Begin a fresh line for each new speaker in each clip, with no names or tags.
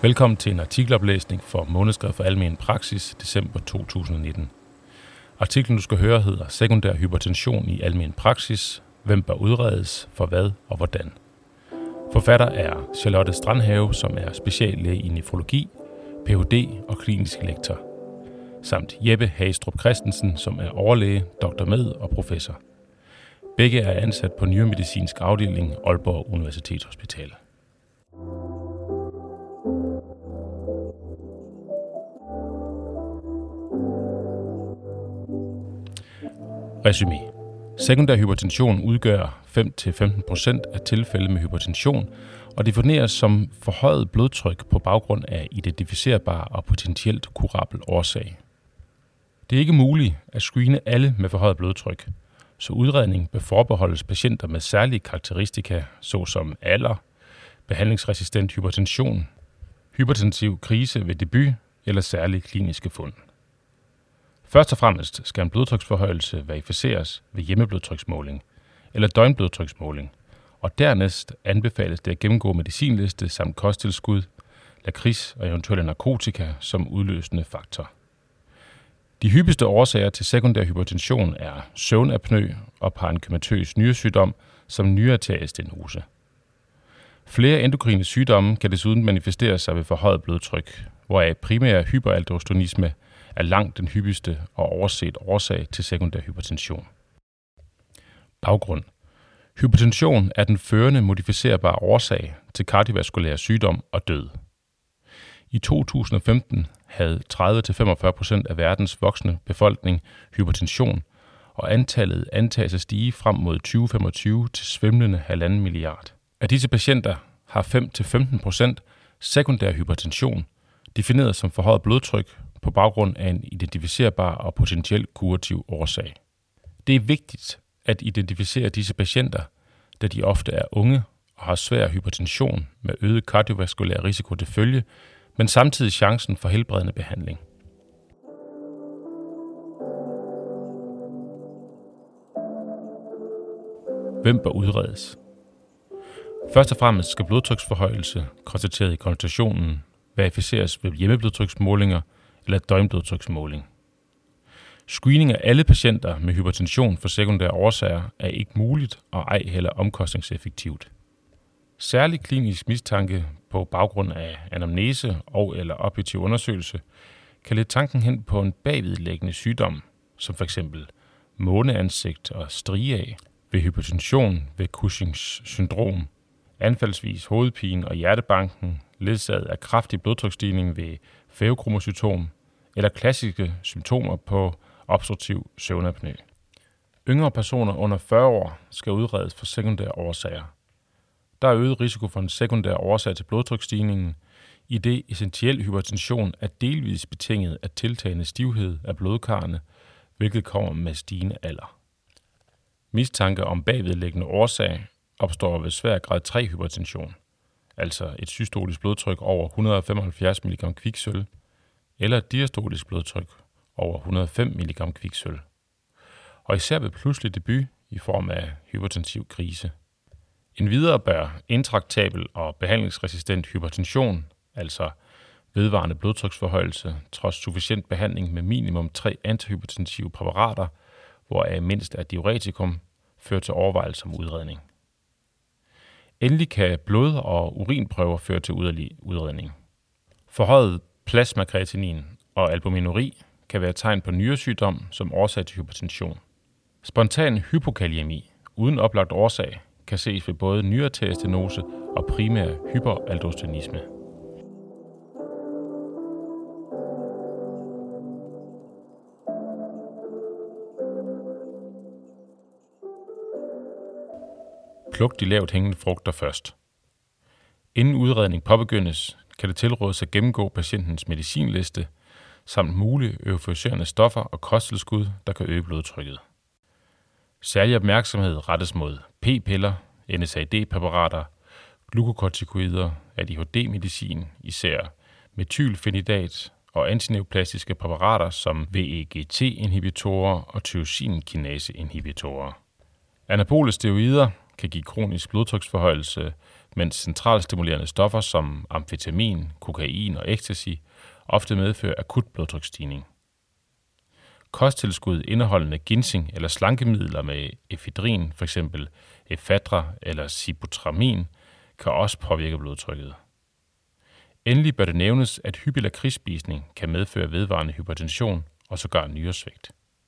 Velkommen til en artikeloplæsning for Månedskred for Almen Praksis, december 2019. Artiklen, du skal høre, hedder Sekundær hypertension i almen praksis. Hvem bør udredes, for hvad og hvordan? Forfatter er Charlotte Strandhave, som er speciallæge i nefrologi, Ph.D. og klinisk lektor. Samt Jeppe Hagestrup Christensen, som er overlæge, doktor med og professor. Begge er ansat på nyremedicinsk afdeling Aalborg Universitetshospital. Resumé. Sekundær hypertension udgør 5-15% af tilfælde med hypertension og defineres som forhøjet blodtryk på baggrund af identificerbar og potentielt kurabel årsag. Det er ikke muligt at screene alle med forhøjet blodtryk, så udredning bør forbeholdes patienter med særlige karakteristika, såsom alder, behandlingsresistent hypertension, hypertensiv krise ved debut eller særlige kliniske fund. Først og fremmest skal en blodtryksforhøjelse verificeres ved hjemmeblodtryksmåling eller døgnblodtryksmåling, og dernæst anbefales det at gennemgå medicinliste samt kosttilskud, lakrids og eventuelle narkotika som udløsende faktor. De hyppigste årsager til sekundær hypertension er søvnapnø og parenkymatøs nyresygdom som nyrearteriestenose. Flere endokrine sygdomme kan desuden manifestere sig ved forhøjet blodtryk, hvoraf primær hyperaldosteronisme er langt den hyppigste og overset årsag til sekundær hypertension. Baggrund. Hypertension er den førende modificerbare årsag til kardiovaskulær sygdom og død. I 2015 havde 30-45% af verdens voksne befolkning hypertension, og antallet antages at stige frem mod 2025 til svimlende 1,5 milliard. Af disse patienter har 5-15% sekundær hypertension, defineret som forhøjet blodtryk på baggrund af en identificerbar og potentielt kurativ årsag. Det er vigtigt at identificere disse patienter, da de ofte er unge og har svær hypertension med øget kardiovaskulær risiko til følge, men samtidig chancen for helbredende behandling. Hvem bør udredes? Først og fremmest skal blodtryksforhøjelse, konstateret i konsultationen, verificeres ved hjemmeblodtryksmålinger eller døgnblodtryksmåling. Screening af alle patienter med hypertension for sekundære årsager er ikke muligt og ej heller omkostningseffektivt. Særlig klinisk mistanke på baggrund af anamnese og eller objektiv undersøgelse kan lede tanken hen på en bagvedliggende sygdom, som f.eks. måneansigt og strigeag ved hypertension ved Cushings syndrom, anfaldsvis hovedpine og hjertebanken, ledsaget af kraftig blodtryksstigning ved fævekromocytom eller klassiske symptomer på obstruktiv søvnapnø. Yngre personer under 40 år skal udredes for sekundære årsager. Der er øget risiko for en sekundær årsag til blodtryksstigningen, i det essentiel hypertension er delvis betinget af tiltagende stivhed af blodkarrene, hvilket kommer med stigende alder. Mistanke om bagvedliggende årsag opstår ved svær grad 3 hypertension, altså et systolisk blodtryk over 175 mg kviksølv, eller et diastolisk blodtryk over 105 mg kviksølv, og især ved pludselig debut i form af hypertensiv krise. Endvidere bør intraktabel og behandlingsresistent hypertension, altså vedvarende blodtryksforhøjelse, trods sufficient behandling med minimum 3 antihypertensive præparater, hvoraf mindst er diuretikum, føre til overvejelse om udredning. Endelig kan blod- og urinprøver føre til udredning. Forhøjet plasmakreatinin og albuminuri kan være tegn på nyresygdom som årsag til hypertension. Spontan hypokaliemi uden oplagt årsag kan ses ved både nyrearteriestenose og primær hyperaldosteronisme. Pluk de lavt hængende frugter først. Inden udredning påbegyndes, kan det tilrådes at gennemgå patientens medicinliste samt mulige euforiserende stoffer og kosttilskud, der kan øge blodtrykket. Særlig opmærksomhed rettes mod p-piller, NSAID-præparater, glukokortikoider, ADHD-medicin, især methylphenidat og antineoplastiske præparater som VEGT-inhibitorer og tyrosinkinase-inhibitorer. Anabole steroider kan give kronisk blodtryksforhøjelse, mens centralstimulerende stoffer som amfetamin, kokain og ecstasy ofte medfører akut blodtryksstigning. Kosttilskud indeholdende ginseng eller slankemidler med efedrin, f.eks. Effadra eller Sibutramine, kan også påvirke blodtrykket. Endelig bør det nævnes, at hyppig lakridsspisning kan medføre vedvarende hypertension og sågar nyresvigt.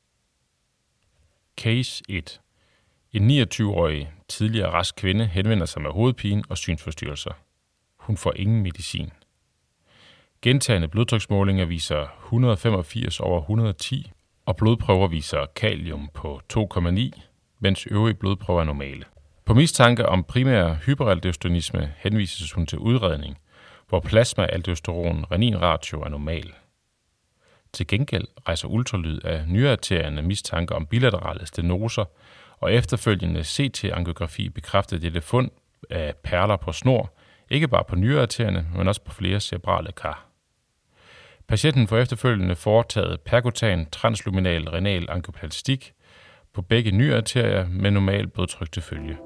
Case 1. En 29-årig tidligere rask kvinde henvender sig med hovedpine og synsforstyrrelser. Hun får ingen medicin. Gentagne blodtryksmålinger viser 185 over 110, og blodprøver viser kalium på 2,9, mens øvrige blodprøver er normale. På mistanke om primær hyperaldosteronisme henvises hun til udredning, hvor plasma-aldosteron-renin-ratio er normal. Til gengæld rejser ultralyd af nyrearterierne mistanke om bilaterale stenoser, og efterfølgende CT-angiografi bekræfter dette fund af perler på snor, ikke bare på nyrearterierne, men også på flere cerebrale kar. Patienten får efterfølgende foretaget perkutan transluminal renal angioplastik på begge nyrearterier med normal blodtryk til følge.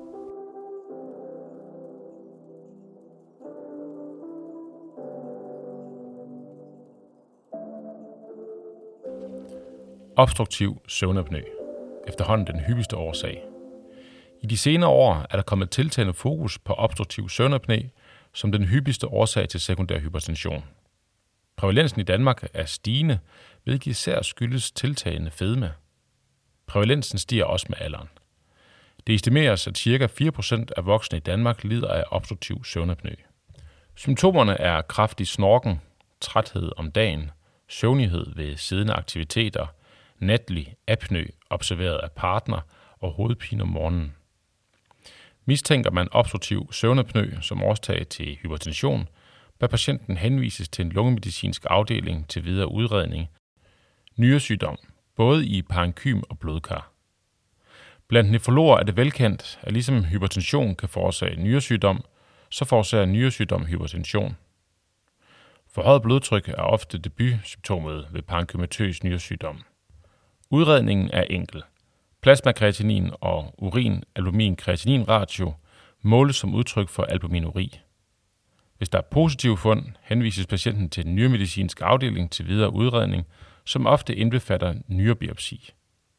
Obstruktiv søvnapnø. Efterhånden den hyppigste årsag. I de senere år er der kommet tiltagende fokus på obstruktiv søvnapnø som den hyppigste årsag til sekundær hypertension. Prævalensen i Danmark er stigende, hvilket især skyldes tiltagende fedme. Prævalensen stiger også med alderen. Det estimeres, at ca. 4% af voksne i Danmark lider af obstruktiv søvnapnø. Symptomerne er kraftig snorken, træthed om dagen, søvnighed ved siddende aktiviteter, natlig apnø observeret af partner og hovedpine om morgenen. Mistænker man obstruktiv søvnapnø som årsag til hypertension, bør patienten henvises til en lungemedicinsk afdeling til videre udredning. Nyresygdom, både i parenkym og blodkar. Blandt nefrologer er det velkendt, at ligesom hypertension kan forårsage nyresygdom, så forårsager nyresygdom hypertension. Forhøjet blodtryk er ofte debutsymptomet ved parenkymøtøs nyresygdom. Udredningen er enkel. Plasmakreatinin og urin-albumin-kreatinin-ratio måles som udtryk for albuminuri. Hvis der er positive fund, henvises patienten til en nyremedicinsk afdeling til videre udredning, som ofte indbefatter nyrebiopsi.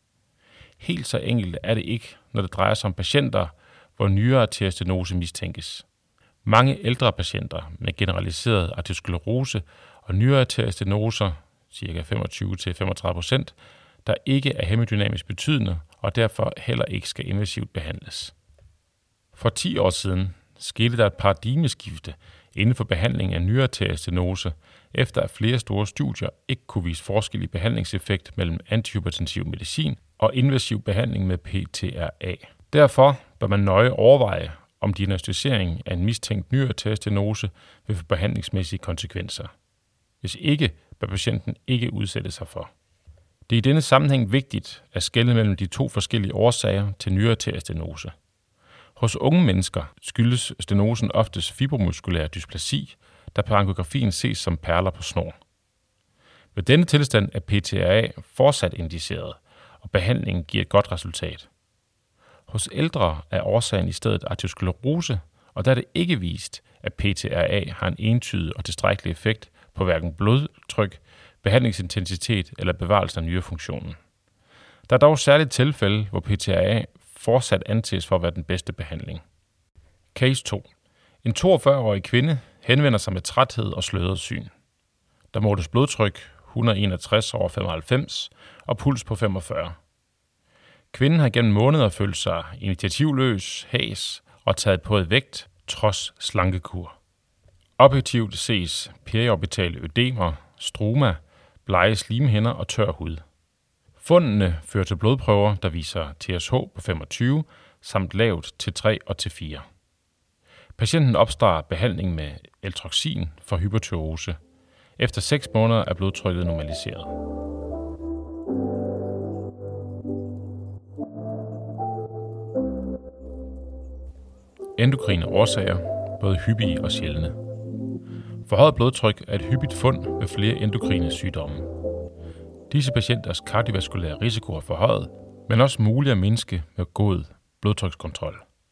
Helt så enkelt er det ikke, når det drejer sig om patienter, hvor nyrearteriestenose mistænkes. Mange ældre patienter med generaliseret arteriosklerose og nyrearteriestenoser, ca. 25-35%, der ikke er hemodynamisk betydende og derfor heller ikke skal invasivt behandles. For 10 år siden skete der et paradigmeskifte inden for behandling af nyrearteriestenose, efter at flere store studier ikke kunne vise forskel i behandlingseffekt mellem antihypertensiv medicin og invasiv behandling med PTRA. Derfor bør man nøje overveje, om diagnosticering af en mistænkt nyrearteriestenose vil få behandlingsmæssige konsekvenser. Hvis ikke, bør patienten ikke udsætte sig for. Det er i denne sammenhæng vigtigt at skelne mellem de to forskellige årsager til nyrearteriestenose. Hos unge mennesker skyldes stenosen oftest fibromuskulær dysplasi, der på angiografien ses som perler på snor. Ved denne tilstand er PTRA fortsat indiceret, og behandlingen giver et godt resultat. Hos ældre er årsagen i stedet arteriosklerose, og der er det ikke vist, at PTRA har en entydig og tilstrækkelig effekt på hverken blodtryk, behandlingsintensitet eller bevarelse af nyrefunktionen. Der er dog særligt tilfælde, hvor PTRA fortsat anses for at være den bedste behandling. Case 2. En 42-årig kvinde henvender sig med træthed og sløret syn. Der måles blodtryk 161 over 95 og puls på 45. Kvinden har gennem måneder følt sig initiativløs, hæs og taget på et vægt trods slankekur. Objektivt ses periorbitale ødemer, struma, blege slimhinder og tør hud. Fundene fører til blodprøver, der viser TSH på 25 samt lavt T3 og T4. Patienten opstarter behandling med eltroxin for hypertyrose. Efter 6 måneder er blodtrykket normaliseret. Endokrine årsager, både hyppige og sjældne. Forhøjet blodtryk er et hyppigt fund ved flere endokrine sygdomme. Disse patienters kardiovaskulære risiko er forhøjet, men også muligt at mindske med god blodtrykskontrol.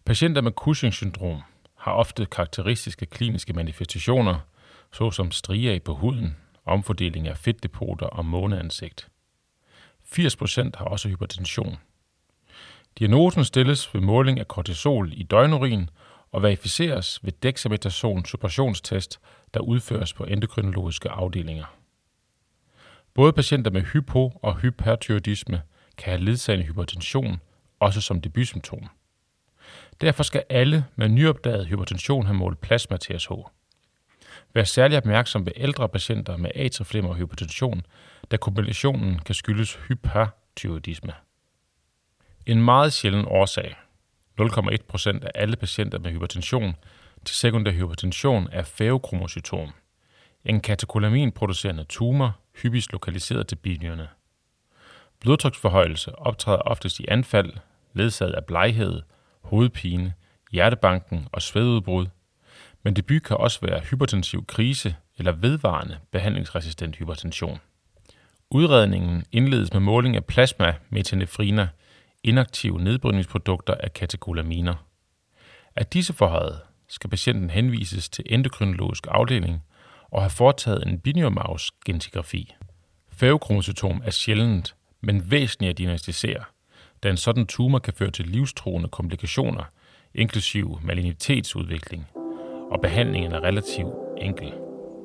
Patienter med Cushing-syndrom har ofte karakteristiske kliniske manifestationer, såsom striager på huden, omfordeling af fedtdepoter og måneansigt. 80% har også hypertension. Diagnosen stilles ved måling af kortisol i døgnurin og verificeres ved dexamethason suppressionstest, der udføres på endokrinologiske afdelinger. Både patienter med hypo- og hyperthyroidisme kan have ledsagende hypertension, også som debutsymptom. Derfor skal alle med nyopdaget hypertension have målt plasma TSH. Vær særlig opmærksom ved ældre patienter med atrieflimmer og hypertension, da kombinationen kan skyldes hyperthyroidisme. En meget sjælden årsag, 0,1% af alle patienter med hypertension, til sekundær hypertension er fævekromocytom, en katekolamin-producerende tumor, hyppigst lokaliseret til binyrerne. Blodtryksforhøjelse optræder oftest i anfald, ledsaget af bleghed, hovedpine, hjertebanken og svedudbrud, men debut kan også være hypertensiv krise eller vedvarende behandlingsresistent hypertension. Udredningen indledes med måling af plasma metanefriner, inaktive nedbrydningsprodukter af katekolaminer. Af disse forhøjet skal patienten henvises til endokrinologisk afdeling og have foretaget en binyrmaus-gentigrafi. Fævekromocytom er sjældent, men væsentligt at diagnosticere, da en sådan tumor kan føre til livstruende komplikationer, inklusive malignitetsudvikling, og behandlingen er relativt enkel.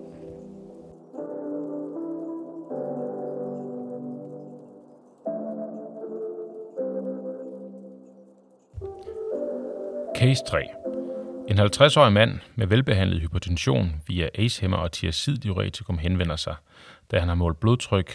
Case 3. En 50-årig mand med velbehandlet hypertension via ACE-hæmmer og thiaziddiuretikum henvender sig, da han har målt blodtryk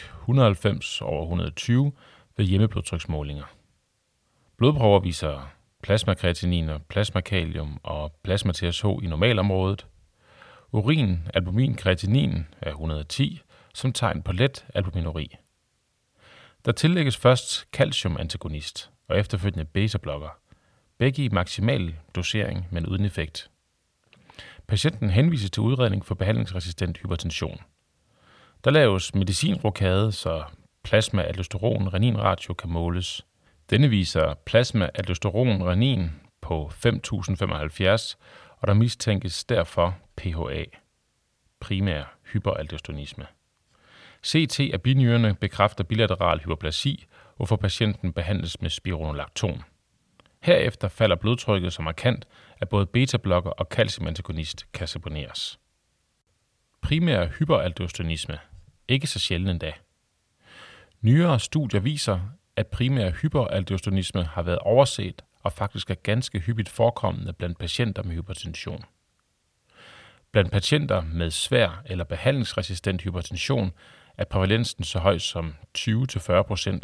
190/120 ved hjemmeblodtryksmålinger. Blodprøver viser plasmakreatinin, plasmakalium og plasma TSH i normalområdet. Urin, albumin, kreatinin er 110 som tegn på let albuminuri. Der tillægges først calciumantagonist og efterfølgende beta-blokker, begge i maksimal dosering, men uden effekt. Patienten henvises til udredning for behandlingsresistent hypertension. Der laves medicinrokade, så plasma-aldosteron-renin-ratio kan måles. Denne viser plasma-aldosteron-renin på 5075, og der mistænkes derfor PHA, primær hyperaldosteronisme. CT af binyrerne bekræfter bilateral hyperplasi, hvorfor patienten behandles med spironolacton. Herefter falder blodtrykket så markant, at både beta-blokker og calciumantagonist kan seponeres. Primær hyperaldosteronisme, ikke så sjældent endda. Nyere studier viser, at primær hyperaldosteronisme har været overset og faktisk er ganske hyppigt forekommende blandt patienter med hypertension. Blandt patienter med svær eller behandlingsresistent hypertension er prævalensen så høj som 20-40%.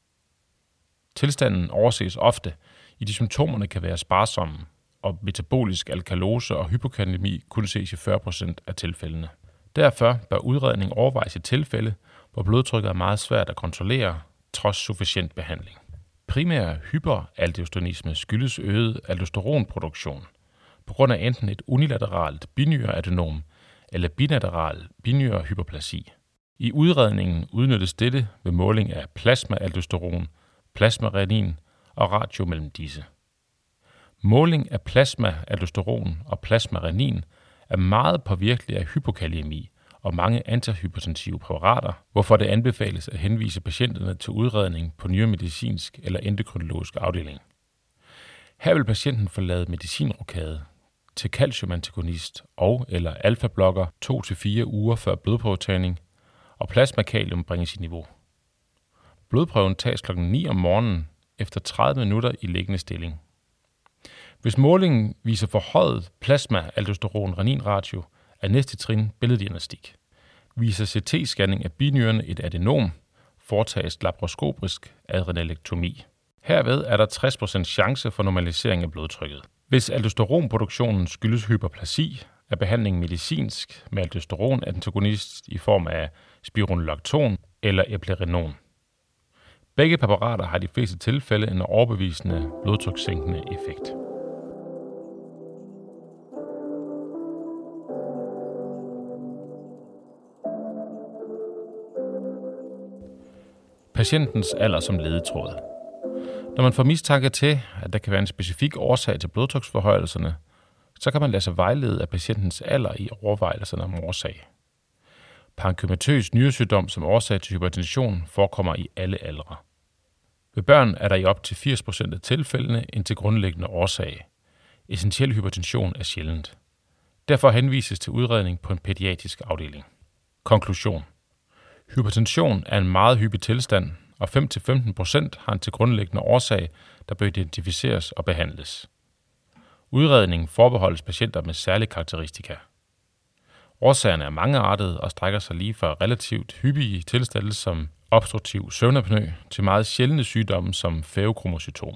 Tilstanden overses ofte, i de symptomerne kan være sparsomme, og metabolisk alkalose og hypokalemi kun ses i 40% af tilfældene. Derfor bør udredning overvejes i tilfælde, hvor blodtrykket er meget svært at kontrollere, trods sufficient behandling. Primær hyperaldosteronisme skyldes øget aldosteronproduktion på grund af enten et unilateralt binyreadenom eller bilateral binyrhyperplasi. I udredningen udnyttes dette ved måling af plasma-aldosteron, plasmarenin og ratio mellem disse. Måling af plasma-aldosteron og plasmarenin er meget påvirkelig af hypokalemi og mange antihypertensive præparater, hvorfor det anbefales at henvise patienterne til udredning på nyremedicinsk eller endokrinologisk afdeling. Her vil patienten få lavet medicinrokade til calciumantagonist og eller alfa-blokker 2-4 uger før blodprøvetagning, og plasmakalium bringes i niveau. Blodprøven tages kl. 9 om morgenen efter 30 minutter i liggende stilling. Hvis målingen viser forhøjet plasma-aldosteron-renin-ratio, er næste trin billeddiagnostik. Viser CT-scanning af binyrerne et adenom, foretages laparoskopisk adrenalektomi. Herved er der 60% chance for normalisering af blodtrykket. Hvis aldosteronproduktionen skyldes hyperplasi, er behandlingen medicinsk med aldosteron-antagonist i form af spironolacton eller eplerenon. Begge præparater har i de fleste tilfælde en overbevisende blodtrykssænkende effekt. Patientens alder som ledetråd. Når man får mistanke til, at der kan være en specifik årsag til blodtryksforhøjelserne, så kan man lade sig vejlede af patientens alder i overvejelserne om årsag. Parenkymatøs nyresygdom som årsag til hypertension forekommer i alle aldre. Ved børn er der i op til 80% af tilfældene en til grundlæggende årsag. Essentiel hypertension er sjældent. Derfor henvises til udredning på en pædiatrisk afdeling. Konklusion. Hypertension er en meget hyppig tilstand, og 5-15% har en til grundlæggende årsag, der bør identificeres og behandles. Udredningen forbeholdes patienter med særlige karakteristika. Årsagerne er mangeartede og strækker sig lige fra relativt hyppige tilstande som obstruktiv søvnapnø til meget sjældne sygdomme som fævekromocytom.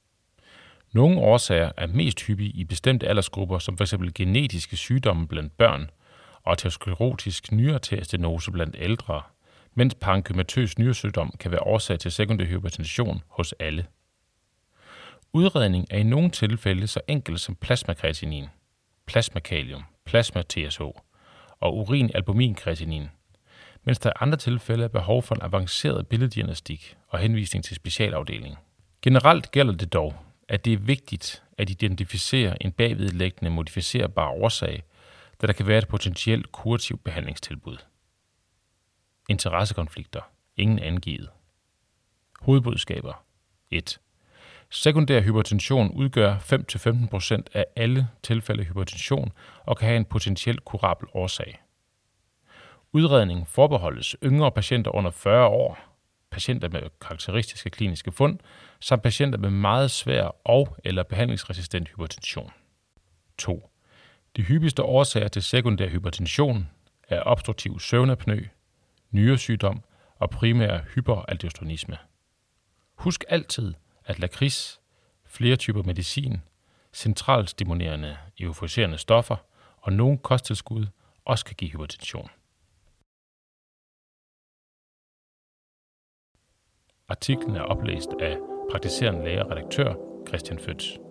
Nogle årsager er mest hyppige i bestemte aldersgrupper, som f.eks. genetiske sygdomme blandt børn og aterosklerotisk nyreterstenose blandt ældre, mens parenkymatøs nyresygdom kan være årsag til sekundær hypertension hos alle. Udredning er i nogle tilfælde så enkelt som plasmakreatinin, plasmakalium, plasma-TSH og urinalbuminkreatinin, mens der i andre tilfælde er behov for en avanceret billeddiagnostik og henvisning til specialafdeling. Generelt gælder det dog, at det er vigtigt at identificere en bagvedliggende modificerbar årsag, da der kan være et potentielt kurativt behandlingstilbud. Interessekonflikter. Ingen angivet. Hovedbudskaber. 1. Sekundær hypertension udgør 5-15% af alle tilfælde af hypertension og kan have en potentielt kurabel årsag. Udredning forbeholdes yngre patienter under 40 år, patienter med karakteristiske kliniske fund, samt patienter med meget svær og eller behandlingsresistent hypertension. 2. De hyppigste årsager til sekundær hypertension er obstruktiv søvnapnø, nyresygdom og primær hyperaldosteronisme. Husk altid, at lakrids, flere typer medicin, centralstimulerende euforiserende stoffer og nogle kosttilskud også kan give hypertension. Artiklen er oplæst af praktiserende læge og redaktør Christian Føtz.